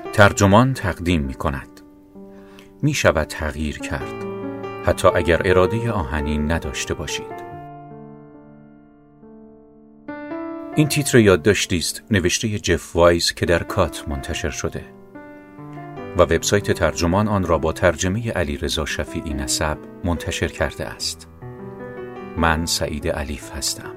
ترجمان تقدیم می کند. می شود تغییر کرد حتی اگر اراده آهنین نداشته باشید. این تیتر یادداشتی است نوشته جف وایز که در کات منتشر شده و وبسایت ترجمان آن را با ترجمه علیرضا شفیعی نسب منتشر کرده است. من سعید الیف هستم.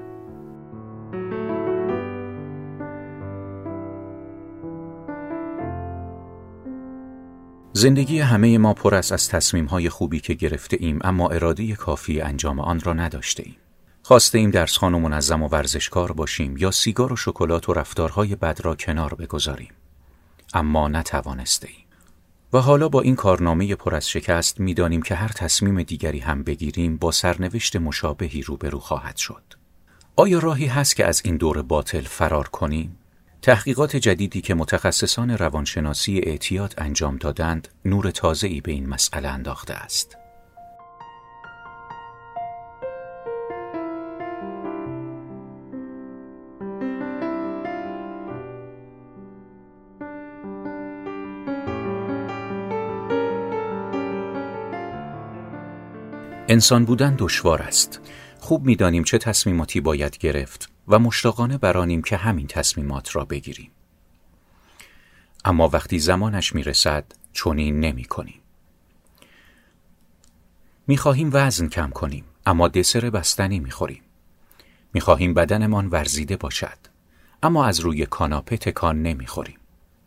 زندگی همه ما پر است از تصمیم‌های خوبی که گرفته ایم اما اراده کافی انجام آن را نداشته ایم. خواسته ایم درس‌خوان و منظم و ورزشکار باشیم یا سیگار و شکلات و رفتارهای بد را کنار بگذاریم. اما نتوانسته ایم. و حالا با این کارنامه پر از شکست می‌دانیم که هر تصمیم دیگری هم بگیریم با سرنوشت مشابهی روبرو خواهد شد. آیا راهی هست که از این دور باطل فرار کنیم؟ تحقیقات جدیدی که متخصصان روانشناسی اعتیاد انجام دادند، نور تازه‌ای به این مسئله انداخته است. انسان بودن دشوار است. خوب می‌دانیم چه تصمیماتی باید گرفت و مشتاقانه برانیم که همین تصمیمات را بگیریم. اما وقتی زمانش میرسد چنین نمی‌کنیم. می‌خواهیم وزن کم کنیم اما دسر بستنی می‌خوریم. می‌خواهیم بدنمان ورزیده باشد اما از روی کاناپه تکان نمی‌خوریم.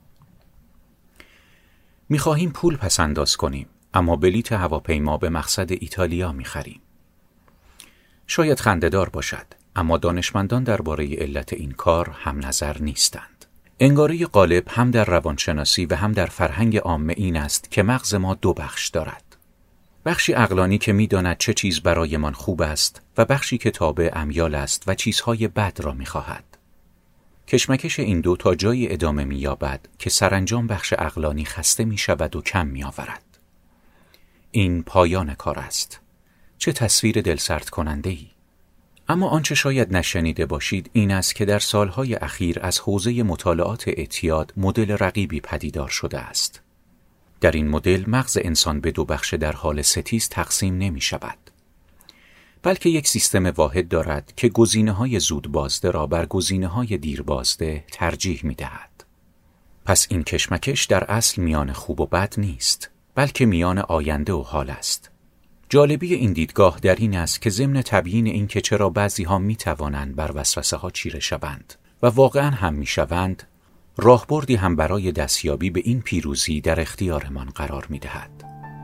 می‌خواهیم پول پس‌انداز کنیم اما بلیط هواپیما به مقصد ایتالیا می‌خریم. شاید خنده‌دار باشد اما دانشمندان درباره علت این کار هم نظر نیستند. انگاره غالب هم در روانشناسی و هم در فرهنگ عامه این است که مغز ما دو بخش دارد. بخشی عقلانی که می‌داند چه چیز برایمان خوب است و بخشی که تابع امیال است و چیزهای بد را می‌خواهد. کشمکش این دو تا جایی ادامه می‌یابد که سرانجام بخش عقلانی خسته می‌شود و کم می‌آورد. این پایان کار است. چه تصویر دلسرد کننده‌ای. اما آنچه شاید نشنیده باشید این است که در سالهای اخیر از حوزه مطالعات اعتیاد مدل رقیبی پدیدار شده است. در این مدل مغز انسان به دو بخش در حال ستیز تقسیم نمی شود. بلکه یک سیستم واحد دارد که گزینه‌های زود بازده را بر گزینه‌های دیر بازده ترجیح می دهد. پس این کشمکش در اصل میان خوب و بد نیست، بلکه میان آینده و حال است. جالبی این دیدگاه در این است که ضمن تبیین این که چرا بعضی‌ها می‌توانند بر وسوسه‌ها چیره شوند و واقعاً هم می‌شوند، راهبردی هم برای دستیابی به این پیروزی در اختیارمان قرار می‌دهد.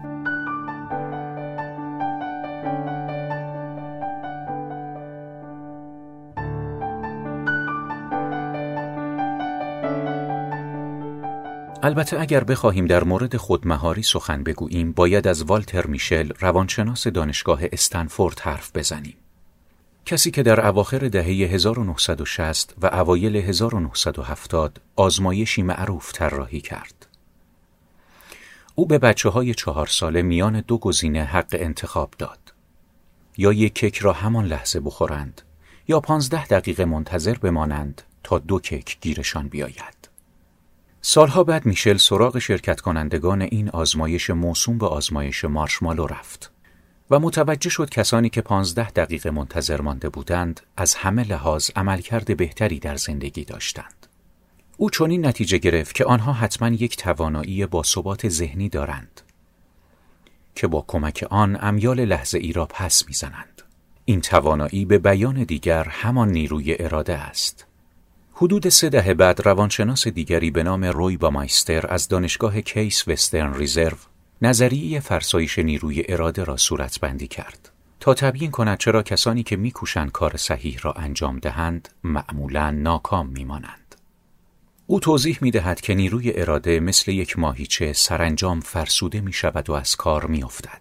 البته اگر بخواهیم در مورد خودمهاری سخن بگوییم باید از والتر میشل روانشناس دانشگاه استنفورد حرف بزنیم. کسی که در اواخر دهه 1960 و اوایل 1970 آزمایشی معروف طراحی کرد. او به بچه‌های 4 ساله میان دو گزینه حق انتخاب داد. یا یک کیک را همان لحظه بخورند یا 15 دقیقه منتظر بمانند تا 2 کیک گیرشان بیاید. سالها بعد میشل سراغ شرکت کنندگان این آزمایش موسوم به آزمایش مارشمالو رفت و متوجه شد کسانی که 15 دقیقه منتظر مانده بودند از همه لحاظ عملکرد بهتری در زندگی داشتند. او چنین نتیجه گرفت که آنها حتما یک توانایی باثبات ذهنی دارند که با کمک آن امیال لحظه‌ای را پس میزنند. این توانایی به بیان دیگر همان نیروی اراده است. حدود 3 دهه بعد روانشناس دیگری به نام روی بامایستر از دانشگاه کیس وسترن ریزرو نظریه فرسایش نیروی اراده را صورتبندی کرد تا تبیین کند چرا کسانی که می‌کوشند کار صحیح را انجام دهند معمولاً ناکام می‌مانند. او توضیح می‌دهد که نیروی اراده مثل یک ماهیچه سرانجام فرسوده می‌شود و از کار می‌افتد.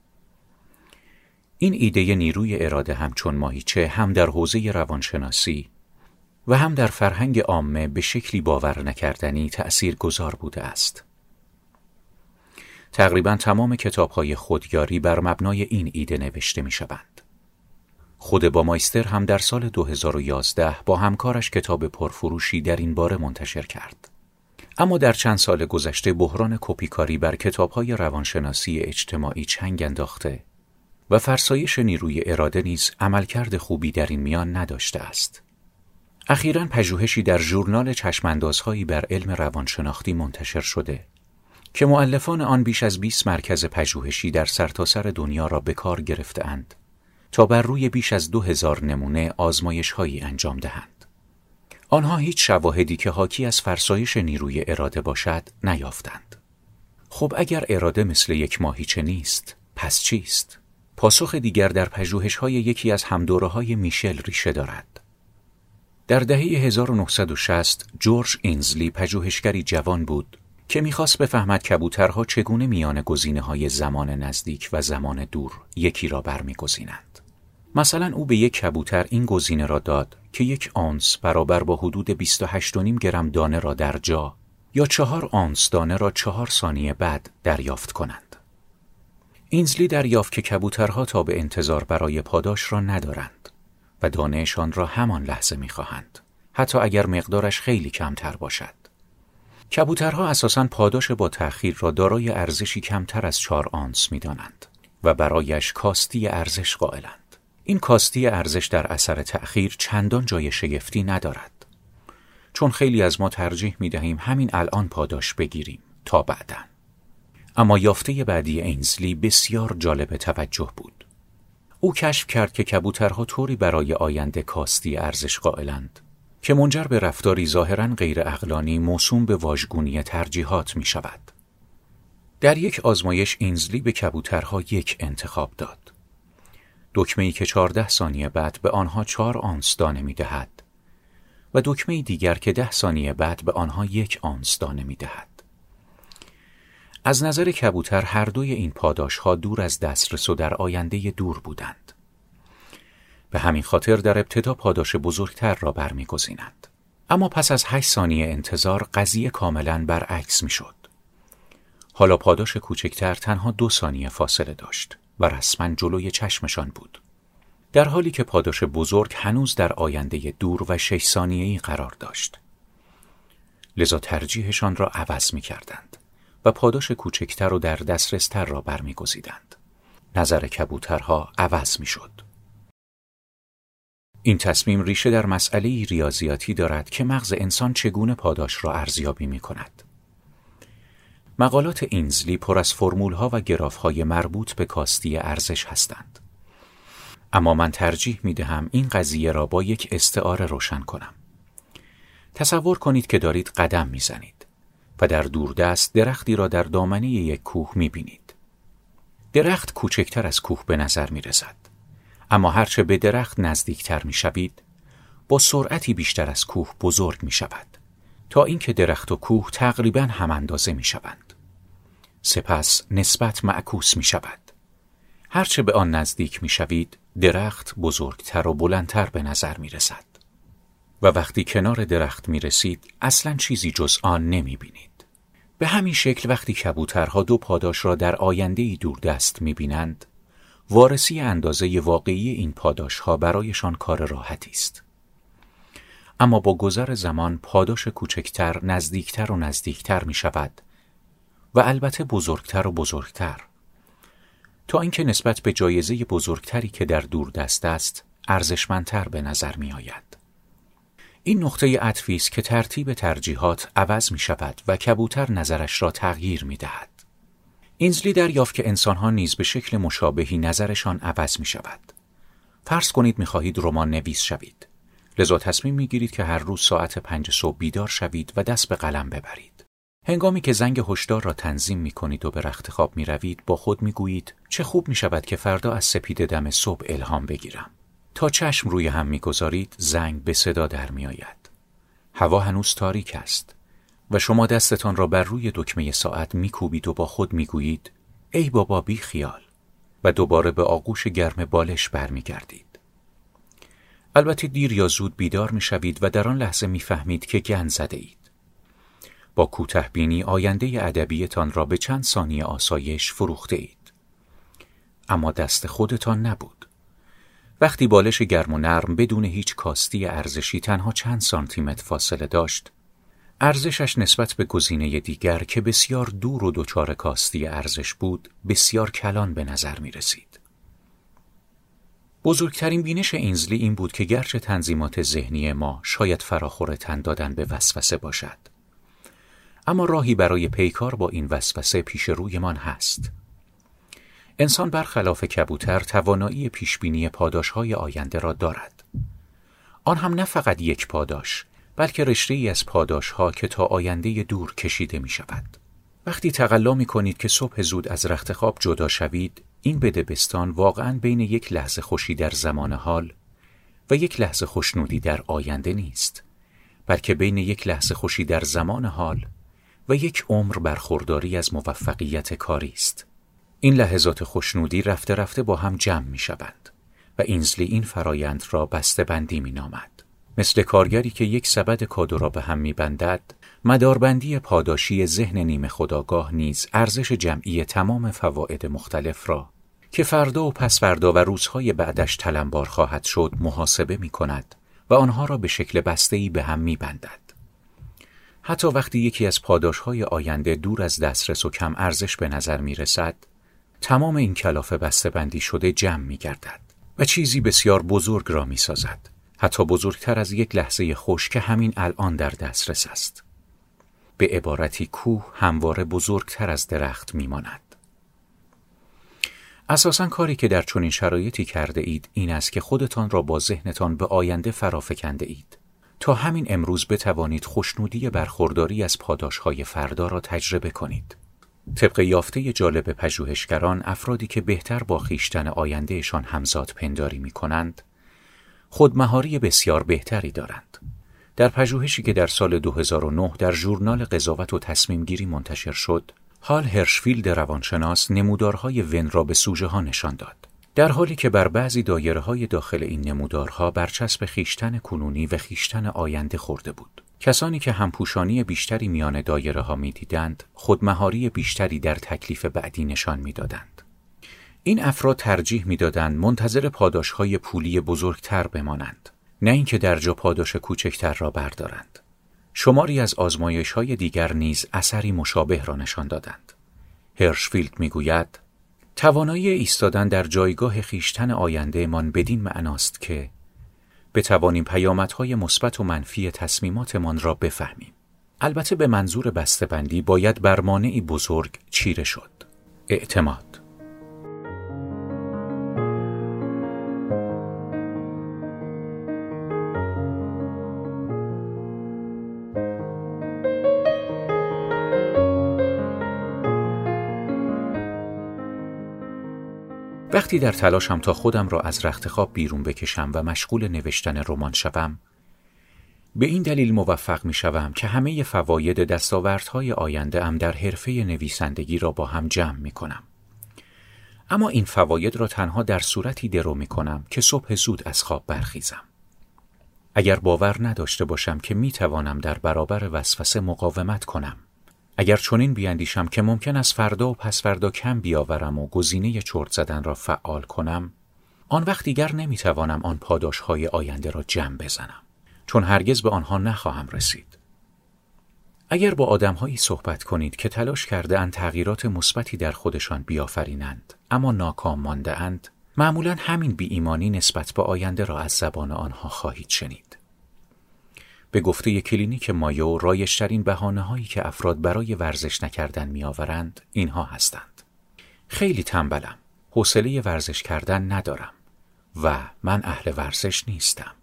این ایده نیروی اراده همچون ماهیچه هم در حوزه روانشناسی و هم در فرهنگ عامه به شکلی باور نکردنی تأثیرگذار بوده است. تقریباً تمام کتاب‌های خودیاری بر مبنای این ایده نوشته می‌شوند. خود بامایستر هم در سال 2011 با همکارش کتاب پرفروشی در این باره منتشر کرد. اما در چند سال گذشته بحران کپیکاری بر کتاب‌های روانشناسی اجتماعی چنگ انداخته و فرسایش نیروی اراده نیز عملکرد خوبی در این میان نداشته است. اخیراً پژوهشی در ژورنال چشماندازهایی بر علم روانشناختی منتشر شده که مؤلفان آن بیش از 20 مرکز پژوهشی در سرتاسر دنیا را به کار گرفته‌اند تا بر روی بیش از 2000 نمونه آزمایش‌هایی انجام دهند. آنها هیچ شواهدی که حاکی از فرسایش نیروی اراده باشد نیافتند. خب اگر اراده مثل یک ماهیچه نیست، پس چیست؟ پاسخ دیگر در پژوهش‌های یکی از همدوره‌های میشل ریشه دارد. در دهه 1960 جورج اینزلی پژوهشگری جوان بود که می‌خواست بفهمد کبوترها چگونه میان گزینه‌های زمان نزدیک و زمان دور یکی را برمی‌گزینند. مثلا او به یک کبوتر این گزینه را داد که 1 آنس برابر با حدود 28.5 گرم دانه را در جا یا 4 آنس دانه را 4 ثانیه بعد دریافت کنند. اینزلی دریافت که کبوترها تاب انتظار برای پاداش را ندارند و دانهشان را همان لحظه می‌خواهند، حتی اگر مقدارش خیلی کمتر باشد. کبوترها اساساً پاداش با تأخیر را دارای ارزشی کمتر از 4 آنس می‌دانند و برایش کاستی ارزش قائلند. این کاستی ارزش در اثر تأخیر چندان جای شگفتی ندارد، چون خیلی از ما ترجیح می‌دهیم همین الان پاداش بگیریم تا بعداً. اما یافته بعدی اینزلی بسیار جالب توجه بود. او کشف کرد که کبوترها طوری برای آینده کاستی ارزش قائلند که منجر به رفتاری ظاهراً غیر عقلانی موسوم به واژگونی ترجیحات می شود. در یک آزمایش اینزلی به کبوترها 1 انتخاب داد. دکمه‌ای که 14 ثانیه بعد به آنها 4 آنس دانه می دهد و دکمه دیگر که 10 ثانیه بعد به آنها 1 آنس دانه می دهد. از نظر کبوتر هر دوی این پاداش‌ها دور از دسترس و در آینده دور بودند. به همین خاطر در ابتدا پاداش بزرگتر را برمی‌گزینند. اما پس از 8 ثانیه انتظار قضیه کاملاً برعکس می‌شد. حالا پاداش کوچکتر تنها 2 ثانیه فاصله داشت و رسماً جلوی چشمشان بود، در حالی که پاداش بزرگ هنوز در آینده دور و 6 ثانیه‌ای قرار داشت. لذا ترجیحشان را عوض می‌کردند و پاداش کوچکتر و در دسترستر را برمی‌گزیدند. نظر کبوترها عوض می‌شد. این تصمیم ریشه در مسئله ریاضیاتی دارد که مغز انسان چگونه پاداش را ارزیابی می‌کند. مقالات اینزلی پر از فرمول‌ها و گراف‌های مربوط به کاستی ارزش هستند. اما من ترجیح می‌دهم این قضیه را با یک استعاره روشن کنم. تصور کنید که دارید قدم می‌زنید و در دوردست درختی را در دامنه یک کوه می‌بینید. درخت کوچکتر از کوه به نظر می‌رسد، اما هرچه به درخت نزدیکتر می‌شوید، با سرعتی بیشتر از کوه بزرگ می‌شود، تا اینکه درخت و کوه تقریباً هم اندازه می‌شوند. سپس نسبت معکوس می‌شود. هرچه به آن نزدیک می‌شوید، درخت بزرگتر و بلندتر به نظر می‌رسد. و وقتی کنار درخت می‌رسید، اصلاً چیزی جز آن نمی‌بینید. به همین شکل وقتی کبوترها 2 پاداش را در آینده‌ای دوردست می‌بینند، وارسی اندازه واقعی این پاداش‌ها برایشان کار راحتی است. اما با گذر زمان پاداش کوچکتر نزدیکتر و نزدیکتر می‌شود و البته بزرگتر و بزرگتر، تا اینکه نسبت به جایزه بزرگتری که در دوردست است ارزشمندتر به نظر می‌آید. این نقطه عطفی است که ترتیب ترجیحات عوض می‌شود و کبوتر نظرش را تغییر می‌دهد. اینزلی دریافت که انسان‌ها نیز به شکل مشابهی نظرشان عوض می‌شود. فرض کنید می‌خواهید رمان نویس شوید. لذا تصمیم می‌گیرید که هر روز ساعت 5 صبح بیدار شوید و دست به قلم ببرید. هنگامی که زنگ هشدار را تنظیم می‌کنید و به رخت خواب می‌روید، با خود می‌گویید چه خوب می‌شود که فردا از سپید دم صبح الهام بگیرم. تا چشم روی هم می‌گذارید، زنگ به صدا در می‌آید. هوا هنوز تاریک است و شما دستتان را بر روی دکمه ساعت می‌کوبید و با خود می‌گویید ای بابا بی خیال، و دوباره به آغوش گرم بالش برمیگردید. البته دیر یا زود بیدار می‌شوید و در آن لحظه می‌فهمید که گند زده اید. با کوتاه‌بینی آینده ادبیتان را به چند ثانیه آسایش فروخته اید. اما دست خودتان نبود. وقتی بالش گرم و نرم بدون هیچ کاستی ارزشی تنها چند سانتی متر فاصله داشت، ارزشش نسبت به گزینه دیگر که بسیار دور و دچار کاستی ارزش بود، بسیار کلان به نظر می رسید. بزرگترین بینش اینزلی این بود که گرچه تنظیمات ذهنی ما شاید فراخور تن دادن به وسوسه باشد، اما راهی برای پیکار با این وسوسه پیش رویمان هست. انسان برخلاف کبوتر توانایی پیشبینی پاداش‌های آینده را دارد. آن هم نه فقط یک پاداش، بلکه رشته‌ای از پاداش‌ها که تا آینده دور کشیده می شود. وقتی تقلا می کنید که صبح زود از رخت خواب جدا شوید، این بدبستان واقعاً بین یک لحظه خوشی در زمان حال و یک لحظه خوشنودی در آینده نیست، بلکه بین یک لحظه خوشی در زمان حال و یک عمر برخورداری از موفقیت کاری است. این لحظات خوشنودی رفته رفته با هم جمع می شوند و اینزلی این فرایند را بسته‌بندی می نامد. مثل کارگری که یک سبد کادو را به هم می بندد، مداربندی پاداشی ذهن نیمه خودآگاه نیز ارزش جمعی تمام فواید مختلف را که فردا و پس فردا و روزهای بعدش تلمبار خواهد شد محاسبه می کند و آنها را به شکل بسته‌ای به هم می بندد. حتی وقتی یکی از پاداشهای آینده دور از دسترس و کم ارزش به نظر می رسد، تمام این کلافه بسته‌بندی شده جمع می گردد و چیزی بسیار بزرگ را می سازد، حتی بزرگتر از یک لحظه خوش که همین الان در دسترس است. به عبارتی کوه همواره بزرگتر از درخت می ماند. اساساً کاری که در چنین شرایطی کرده اید این است که خودتان را با ذهنتان به آینده فرافکنده اید تا همین امروز بتوانید خوشنودی برخورداری از پاداشهای فردا را تجربه کنید. طبق یافته جالب پژوهشگران، افرادی که بهتر با خویشتن آیندهشان همزاد پنداری می کنند، خودمهاری بسیار بهتری دارند. در پژوهشی که در سال 2009 در ژورنال قضاوت و تصمیم گیری منتشر شد، هال هرشفیلد روانشناس نمودارهای ون را به سوژه ها نشان داد، در حالی که بر بعضی دایره‌های داخل این نمودارها برچسب خویشتن کنونی و خویشتن آینده خورده بود. کسانی که همپوشانی بیشتری میان دایره‌ها می‌دیدند، خودمهاری بیشتری در تکلیف بعدی نشان می‌دادند. این افراد ترجیح می‌دادند منتظر پاداش‌های پولی بزرگتر بمانند، نه اینکه در جا پاداش کوچکتر را بردارند. شماری از آزمایش‌های دیگر نیز اثری مشابه را نشان دادند. هرشفیلد می‌گوید توانایی ایستادن در جایگاه خویشتن آینده‌مان بدین معناست که بتوانیم پیامدهای مثبت و منفی تصمیماتمان را بفهمیم. البته به منظور بسته‌بندی باید بر مانعی بزرگ چیره شد: اعتماد. وقتی در تلاشم تا خودم را از رخت خواب بیرون بکشم و مشغول نوشتن رمان شوم، به این دلیل موفق می شوم که همه فواید دستاوردهای آینده ام در حرفه نویسندگی را با هم جمع می کنم. اما این فواید را تنها در صورتی درو می کنم که صبح زود از خواب برخیزم. اگر باور نداشته باشم که می توانم در برابر وسوسه مقاومت کنم، اگر چنین بیاندیشم که ممکن است فردا و پس فردا کم بیاورم و گزینه چرت زدن را فعال کنم، آن وقت دیگر نمیتوانم آن پاداشهای آینده را جمع بزنم، چون هرگز به آنها نخواهم رسید. اگر با آدم‌هایی صحبت کنید که تلاش کرده‌اند تغییرات مثبتی در خودشان بیافرینند اما ناکام مانده‌اند، معمولاً همین بی‌ایمانی نسبت به آینده را از زبان آنها خواهید شنید. به گفته کلینیک مایو، رایج‌ترین بهانه‌هایی که افراد برای ورزش نکردن می‌آورند اینها هستند: خیلی تنبلم، حوصله ورزش کردن ندارم و من اهل ورزش نیستم.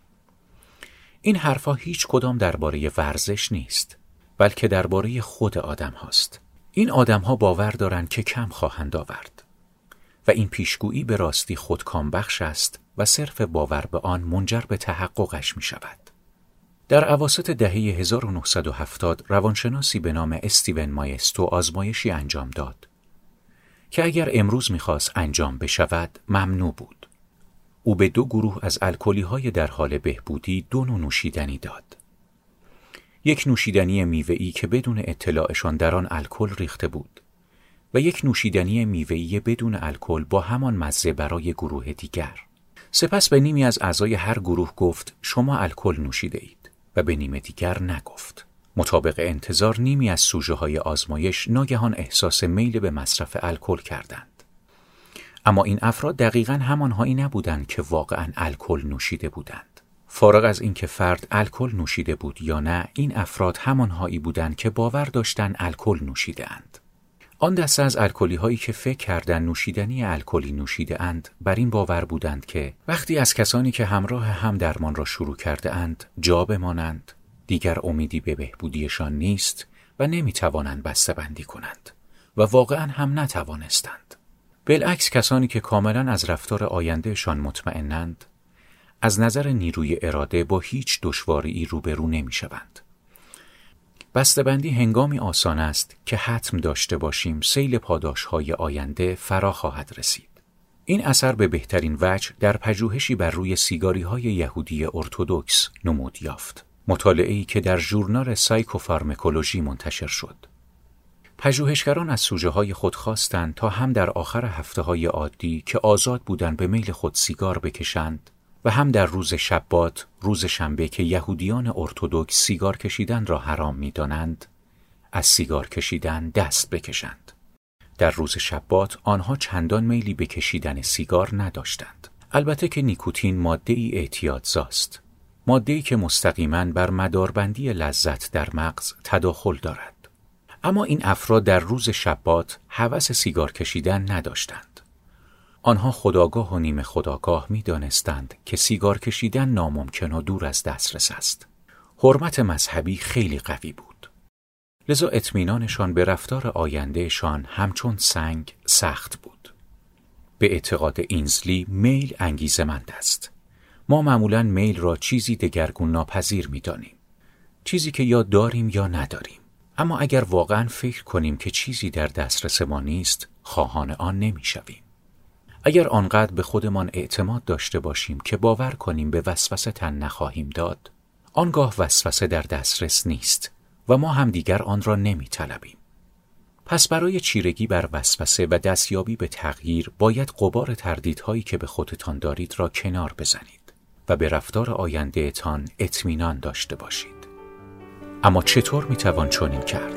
این حرفا هیچ کدام درباره ورزش نیست، بلکه درباره خود آدم هاست. این آدم ها باور دارند که کم خواهند آورد و این پیشگویی به راستی خودکام بخش است و صرف باور به آن منجر به تحققش می شود. در اواسط دهه 1970 روانشناسی به نام استیون مایستو آزمایشی انجام داد که اگر امروز می‌خواست انجام بشود ممنوع بود. او به 2 گروه از الکلی‌های در حال بهبودی 2 نوع نوشیدنی داد. یک نوشیدنی میوه‌ای که بدون اطلاعشان در آن الکل ریخته بود و یک نوشیدنی میوه‌ای بدون الکل با همان مزه برای گروه دیگر. سپس به نیمی از اعضای هر گروه گفت شما الکل نوشیده اید و به نیم دیگر نگفت. مطابق انتظار نیمی از سوژه های آزمایش ناگهان احساس میل به مصرف الکل کردند. اما این افراد دقیقاً همانهایی نبودند که واقعاً الکل نوشیده بودند. فارغ از اینکه فرد الکل نوشیده بود یا نه، این افراد همانهایی بودند که باور داشتند الکل نوشیده‌اند. آن دسته از الکلی هایی که فکر کردند نوشیدنی الکلی نوشیده اند بر این باور بودند که وقتی از کسانی که همراه هم درمان را شروع کرده اند جا بمانند، دیگر امیدی به بهبودیشان نیست و نمیتوانند بسته‌بندی کنند و واقعا هم نتوانستند. بالعکس کسانی که کاملا از رفتار آیندهشان مطمئنند از نظر نیروی اراده با هیچ دشواری‌ای روبرو نمیشوند. بسته‌بندی هنگامی آسان است که حتم داشته باشیم سیل پاداش‌های آینده فرا خواهد رسید. این اثر به بهترین وجه در پژوهشی بر روی سیگاری‌های یهودی ارتدوکس نمود یافت. مطالعه‌ای که در ژورنال سایکوفارماکولوژی منتشر شد. پژوهشگران از سوژه‌های خود خواستند تا هم در آخر هفته‌های عادی که آزاد بودند به میل خود سیگار بکشند و هم در روز شبات، روز شنبه که یهودیان ارتدوکس سیگار کشیدن را حرام می‌دانند، از سیگار کشیدن دست بکشند. در روز شبات آنها چندان میلی به کشیدن سیگار نداشتند. البته که نیکوتین ماده‌ای اعتیادزاست. ماده‌ای که مستقیماً بر مداربندی لذت در مغز تداخل دارد. اما این افراد در روز شبات هوس سیگار کشیدن نداشتند. آنها خودآگاه و نیمه خودآگاه می‌دانستند که سیگار کشیدن ناممکن و دور از دسترس است. حرمت مذهبی خیلی قوی بود. لذا اطمینانشان به رفتار آیندهشان همچون سنگ سخت بود. به اعتقاد اینزلی میل انگیزه‌مند است. ما معمولاً میل را چیزی دگرگون ناپذیر می‌دانیم. چیزی که یا داریم یا نداریم. اما اگر واقعاً فکر کنیم که چیزی در دسترس ما نیست، خواهان آن نمی‌شویم. اگر آنقدر به خودمان اعتماد داشته باشیم که باور کنیم به وسوسه تن نخواهیم داد، آنگاه وسوسه در دسترس نیست و ما هم دیگر آن را نمی‌طلبیم. پس برای چیرگی بر وسوسه و دستیابی به تغییر باید غبار تردیدهایی که به خودتان دارید را کنار بزنید و به رفتار آیندهتان اطمینان داشته باشید. اما چطور میتوان چنین کرد؟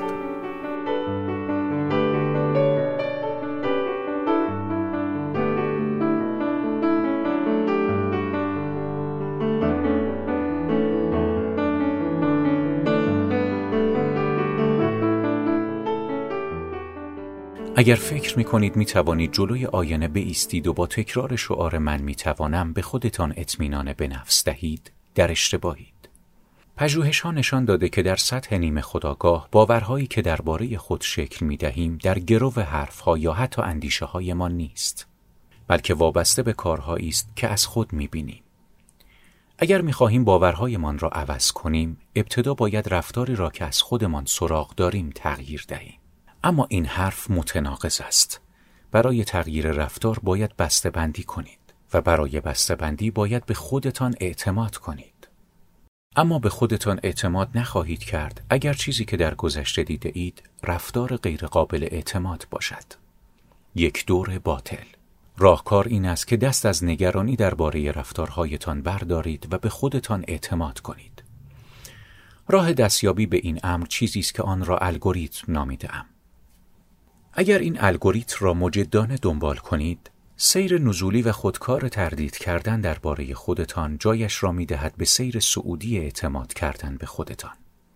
اگر فکر می‌کنید می‌توانید جلوی آینه بایستید و با تکرار شعار من می‌توانم به خودتان اطمینان به نفس دهید، در اشتباهید. پژوهش‌ها نشان داده که در سطح نیمه خودآگاه باورهایی که درباره خود شکل می‌دهیم در گرو حرف‌ها یا حتی اندیشه‌های ما نیست، بلکه وابسته به کارهایی است که از خود می‌بینیم. اگر می‌خواهیم باورهایمان را عوض کنیم، ابتدا باید رفتاری را که از خودمان سراغ داریم تغییر دهیم. اما این حرف متناقض است. برای تغییر رفتار باید بسته‌بندی کنید و برای بسته‌بندی باید به خودتان اعتماد کنید. اما به خودتان اعتماد نخواهید کرد اگر چیزی که در گذشته دیده اید رفتار غیرقابل اعتماد باشد. یک دور باطل. راهکار این است که دست از نگرانی درباره رفتارهایتان بردارید و به خودتان اعتماد کنید. راه دستیابی به این امر چیزی است که آن را الگوریتم نامیده‌ام. اگر این الگوریتم را مجدانه دنبال کنید، سیر نزولی و خودکار تردید کردن درباره خودتان جایش را می‌دهد به سیر صعودی اعتماد کردن به خودتان.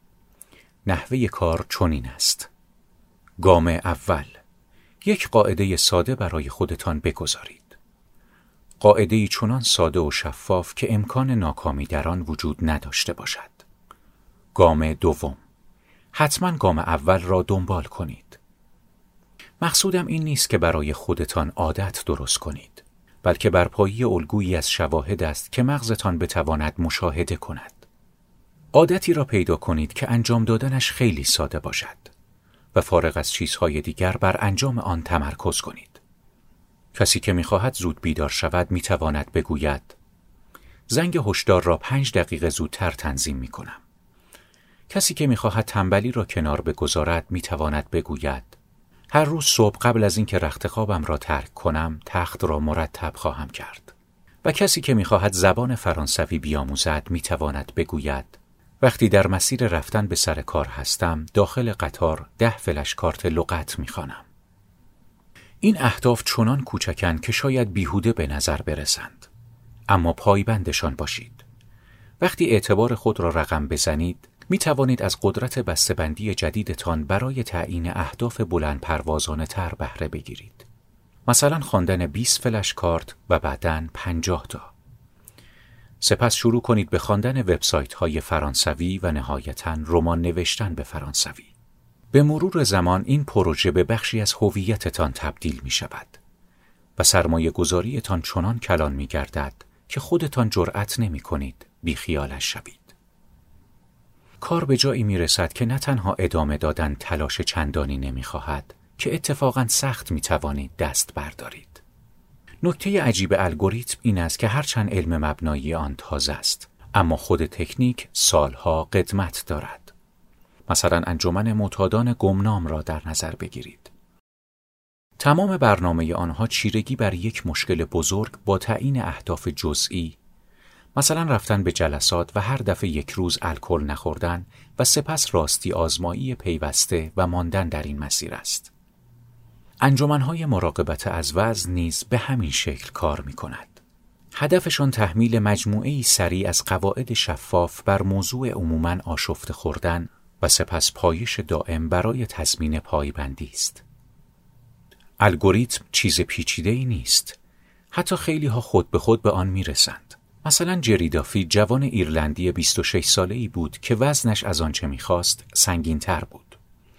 نحوه کار چنین است. گام اول، یک قاعده ساده برای خودتان بگذارید. قاعده‌ای چنان ساده و شفاف که امکان ناکامی در آن وجود نداشته باشد. گام دوم، حتما گام اول را دنبال کنید. مقصودم این نیست که برای خودتان عادت درست کنید، بلکه برپایی الگویی از شواهد است که مغزتان بتواند مشاهده کند. عادتی را پیدا کنید که انجام دادنش خیلی ساده باشد و فارغ از چیزهای دیگر بر انجام آن تمرکز کنید. کسی که می‌خواهد زود بیدار شود می‌تواند بگوید زنگ هشدار را 5 دقیقه زودتر تنظیم می‌کنم. کسی که می‌خواهد تنبلی را کنار بگذارد می‌تواند بگوید هر روز صبح قبل از اینکه رخت خوابم را ترک کنم تخت را مرتب خواهم کرد. و کسی که می‌خواهد زبان فرانسوی بیاموزد می‌تواند بگوید وقتی در مسیر رفتن به سر کار هستم، داخل قطار 10 فلش کارت لغت می‌خوانم. این اهداف چنان کوچکن که شاید بیهوده به نظر برسند، اما پایبندشان باشید. وقتی اعتبار خود را رقم بزنید، می توانید از قدرت بسته‌بندی جدیدتان برای تعیین اهداف بلند پروازانه تر بهره بگیرید. مثلا خواندن 20 فلش کارت و بعداً 50 تا. سپس شروع کنید به خواندن وبسایت‌های فرانسوی و نهایتاً رمان نوشتن به فرانسوی. به مرور زمان این پروژه به بخشی از هویتتان تبدیل می شود و سرمایه گذاریتان چنان کلان می گردد که خودتان جرأت نمی کنید بیخیالش شوید. کار به جایی می رسد که نه تنها ادامه دادن تلاش چندانی نمی خواهد که اتفاقاً سخت می توانید دست بردارید. نکته عجیب الگوریتم این است که هرچند علم مبنایی آن تازه است، اما خود تکنیک سالها قدمت دارد. مثلا انجمن معتادان گمنام را در نظر بگیرید. تمام برنامه آنها چیرگی بر یک مشکل بزرگ با تعیین اهداف جزئی، مثلا رفتن به جلسات و هر دفعه 1 روز الکل نخوردن و سپس راستی آزمایی پیوسته و ماندن در این مسیر است. انجمنهای مراقبت از وزن نیز به همین شکل کار می کند. هدفشان تحمیل مجموعه‌ای سریع از قواعد شفاف بر موضوع عموماً آشفته خوردن و سپس پایش دائم برای تضمین پایبندی است. الگوریتم چیز پیچیده‌ای نیست. حتی خیلی‌ها خود به خود به آن می‌رسند. مثلا جری دافی جوان ایرلندی 26 ساله‌ای بود که وزنش از آنچه می‌خواست سنگین‌تر بود.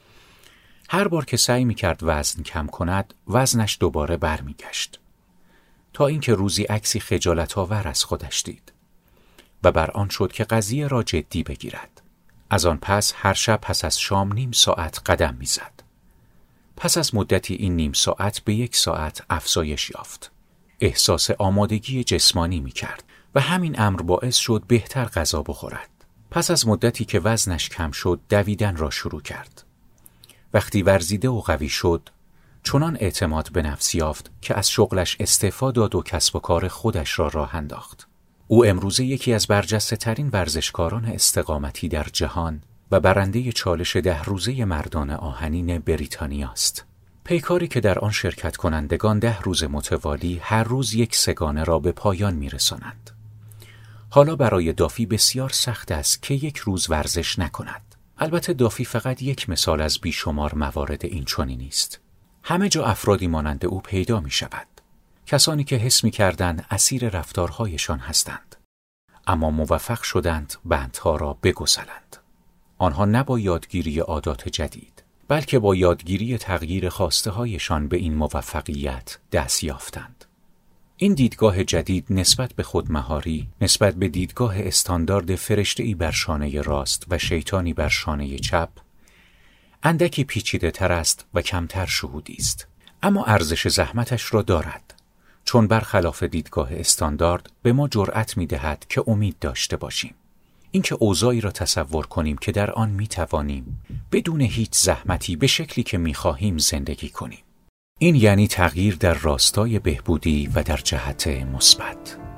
هر بار که سعی می‌کرد وزن کم کند، وزنش دوباره برمیگشت. تا اینکه روزی عکسی خجالت‌آور از خودش دید و بر آن شد که قضیه را جدی بگیرد. از آن پس هر شب پس از شام 1/2 ساعت قدم می‌زد. پس از مدتی این 1/2 ساعت به 1 ساعت افزایش یافت. احساس آمادگی جسمانی می‌کرد و همین امر باعث شد بهتر غذا بخورد. پس از مدتی که وزنش کم شد، دویدن را شروع کرد. وقتی ورزیده و قوی شد، چنان اعتماد به نفس یافت که از شغلش استعفا داد و کسب و کار خودش را راه انداخت. او امروزه یکی از برجسته‌ترین ورزشکاران استقامتی در جهان و برنده چالش 10 روزه مردان آهنین بریتانیا است. پیکاری که در آن شرکت کنندگان 10 روز متوالی هر روز 1 سگانه را به پایان می‌رسانند. حالا برای دافی بسیار سخت است که 1 روز ورزش نکند. البته دافی فقط 1 مثال از بیشمار موارد این چنینی است. همه جا افرادی مانند او پیدا می‌شود. کسانی که حس می‌کردند اسیر رفتارهایشان هستند، اما موفق شدند بندها را بگسلند. آنها نه با یادگیری عادات جدید، بلکه با یادگیری تغییر خواسته‌هایشان به این موفقیت دست یافتند. این دیدگاه جدید نسبت به خودمهاری، نسبت به دیدگاه استاندارد فرشته‌ای بر شانه راست و شیطانی بر شانه چپ، اندکی پیچیده تر است و کمتر شهودی است، اما ارزش زحمتش را دارد، چون برخلاف دیدگاه استاندارد به ما جرأت می‌دهد که امید داشته باشیم. اینکه اوضاعی را تصور کنیم که در آن می‌توانیم بدون هیچ زحمتی به شکلی که می‌خواهیم زندگی کنیم. این یعنی تغییر در راستای بهبودی و در جهت مثبت.